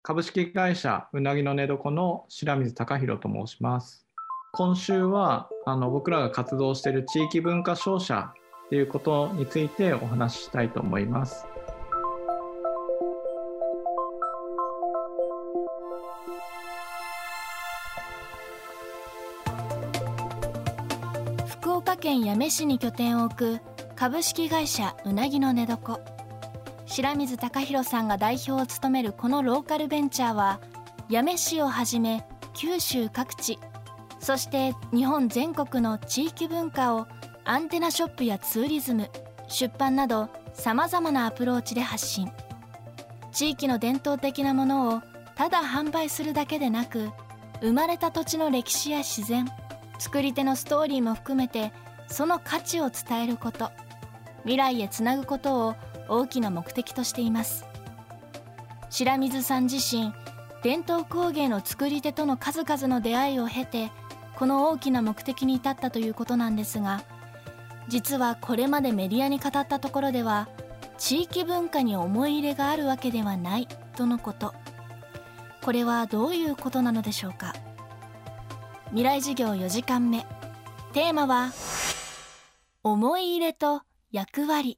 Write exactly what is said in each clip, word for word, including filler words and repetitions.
株式会社うなぎの寝床の白水貴弘と申します。今週はあの僕らが活動している地域文化商社ということについてお話ししたいと思います。 福岡県八女市に拠点を置く株式会社うなぎの寝床。白水貴弘さんが代表を務めるこのローカルベンチャーは、八女市をはじめ九州各地、そして日本全国の地域文化をアンテナショップやツーリズム、出版などさまざまなアプローチで発信。地域の伝統的なものをただ販売するだけでなく、生まれた土地の歴史や自然、作り手のストーリーも含めてその価値を伝えること、未来へつなぐことを大きな目的としています。白水さん自身、伝統工芸の作り手との数々の出会いを経て、この大きな目的に至ったということなんですが、実はこれまでメディアに語ったところでは、地域文化に思い入れがあるわけではないとのこと。これはどういうことなのでしょうか。未来授業よじかんめ、テーマは思い入れと役割。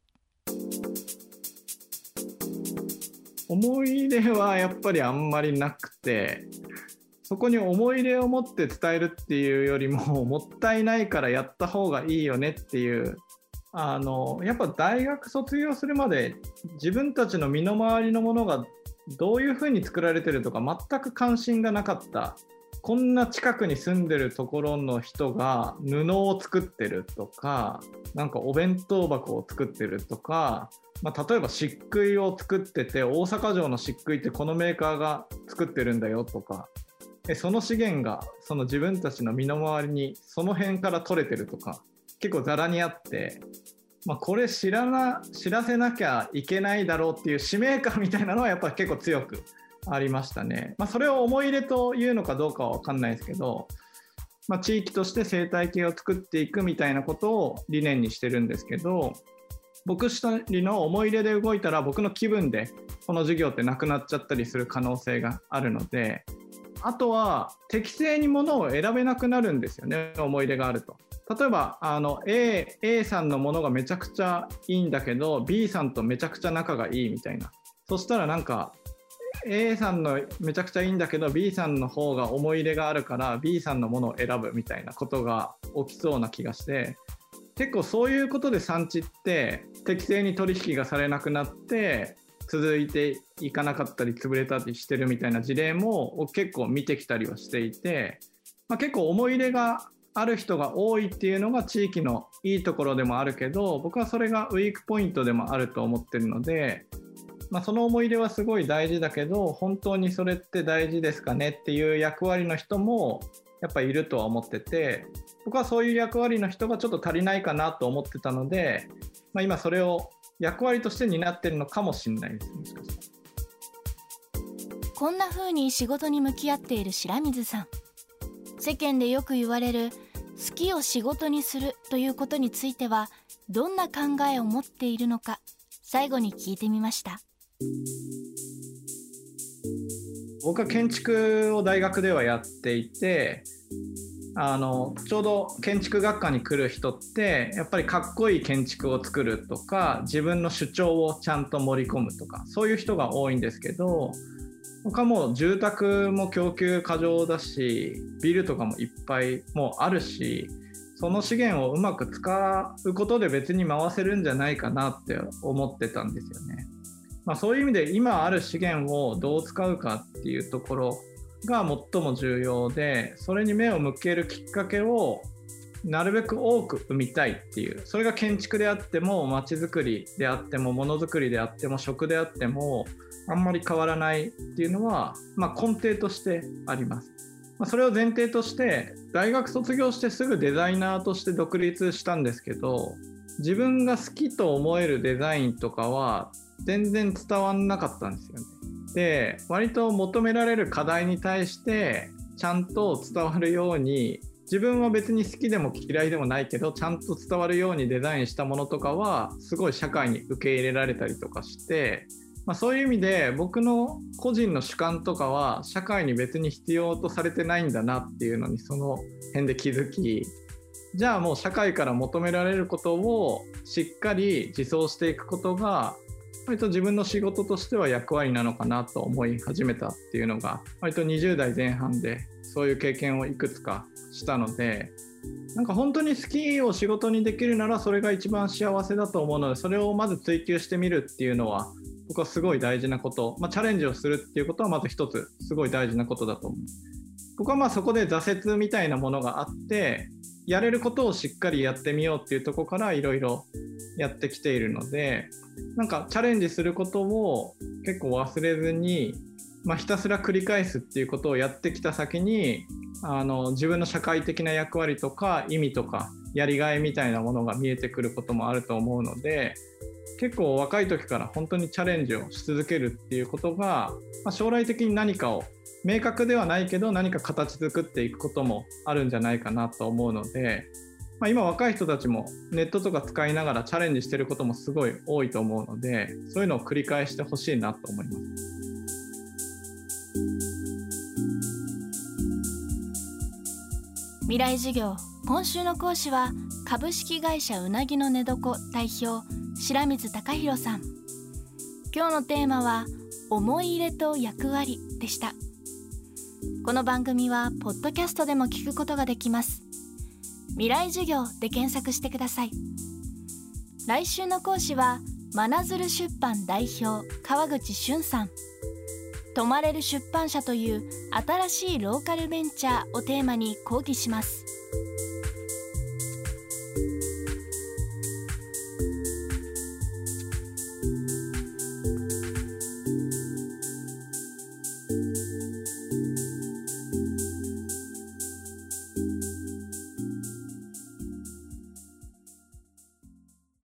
思い入れはやっぱりあんまりなくて、そこに思い入れを持って伝えるっていうよりも、もったいないからやった方がいいよねっていう、あのやっぱ大学卒業するまで自分たちの身の回りのものがどういうふうに作られてるとか全く関心がなかった。こんな近くに住んでるところの人が布を作ってるとか、なんかお弁当箱を作ってるとか、まあ、例えば漆喰を作ってて、大阪城の漆喰ってこのメーカーが作ってるんだよとか、その資源がその自分たちの身の回りにその辺から取れてるとか、結構ざらにあって、まあ、これ知らな、知らせなきゃいけないだろうっていう使命感みたいなのはやっぱり結構強くありましたね。まあ、それを思い入れというのかどうかは分かんないですけど、まあ、地域として生態系を作っていくみたいなことを理念にしてるんですけど、僕一人の思い入れで動いたら僕の気分でこの授業ってなくなっちゃったりする可能性があるので、あとは適正にものを選べなくなるんですよね、思い入れがあると。例えばあの A, A さんのものがめちゃくちゃいいんだけど B さんとめちゃくちゃ仲がいいみたいな、そしたらなんか A さんのめちゃくちゃいいんだけど B さんの方が思い入れがあるから B さんのものを選ぶみたいなことが起きそうな気がして、結構そういうことで産地って適正に取引がされなくなって続いていかなかったり潰れたりしてるみたいな事例も結構見てきたりはしていて、まあ、結構思い入れがある人が多いっていうのが地域のいいところでもあるけど、僕はそれがウィークポイントでもあると思ってるので、まあ、その思い入れはすごい大事だけど、本当にそれって大事ですかねっていう役割の人もやっぱりいるとは思ってて、僕はそういう役割の人がちょっと足りないかなと思ってたので、まあ、今それを役割として担ってるのかもしれないです。もしかしたらこんな風に仕事に向き合っている白水さん。世間でよく言われる好きを仕事にするということについてはどんな考えを持っているのか、最後に聞いてみました。 僕は建築を大学ではやっていて、あのちょうど建築学科に来る人ってやっぱりかっこいい建築を作るとか、自分の主張をちゃんと盛り込むとか、そういう人が多いんですけど、僕はもう住宅も供給過剰だし、ビルとかもいっぱいもうあるし、その資源をうまく使うことで別に回せるんじゃないかなって思ってたんですよね。まあ、そういう意味で今ある資源をどう使うかっていうところが最も重要で、それに目を向けるきっかけをなるべく多く生みたいっていう、それが建築であっても街づくりであってもものづくりであっても食であってもあんまり変わらないっていうのは、まあ、根底としてあります。まあ、それを前提として大学卒業してすぐデザイナーとして独立したんですけど、自分が好きと思えるデザインとかは全然伝わんなかったんですよね。で、割と求められる課題に対してちゃんと伝わるように、自分は別に好きでも嫌いでもないけどちゃんと伝わるようにデザインしたものとかはすごい社会に受け入れられたりとかして、 まあ、そういう意味で僕の個人の主観とかは社会に別に必要とされてないんだなっていうのにその辺で気づき、じゃあもう社会から求められることをしっかり自走していくことが割と自分の仕事としては役割なのかなと思い始めたっていうのが割とにじゅう代前半でそういう経験をいくつかしたので、なんか本当に好きを仕事にできるならそれが一番幸せだと思うので、それをまず追求してみるっていうのは僕はすごい大事なこと、まあ、チャレンジをするっていうことはまず一つすごい大事なことだと思う。僕はまあそこで挫折みたいなものがあってやれることをしっかりやってみようっていうところからいろいろやってきているので、なんかチャレンジすることを結構忘れずに、まあ、ひたすら繰り返すっていうことをやってきた先にあの自分の社会的な役割とか意味とかやりがいみたいなものが見えてくることもあると思うので、結構若い時から本当にチャレンジをし続けるっていうことが、まあ、将来的に何かを明確ではないけど何か形作っていくこともあるんじゃないかなと思うので、まあ、今若い人たちもネットとか使いながらチャレンジしてることもすごい多いと思うので、そういうのを繰り返してほしいなと思います。 未来授業、今週の講師は株式会社うなぎの寝床代表白水貴弘さん。今日のテーマは思い入れと役割でした。この番組はポッドキャストでも聞くことができます。未来授業で検索してください。来週の講師は真鶴出版代表川口俊さん。泊まれる出版社という新しいローカルベンチャーをテーマに講義します。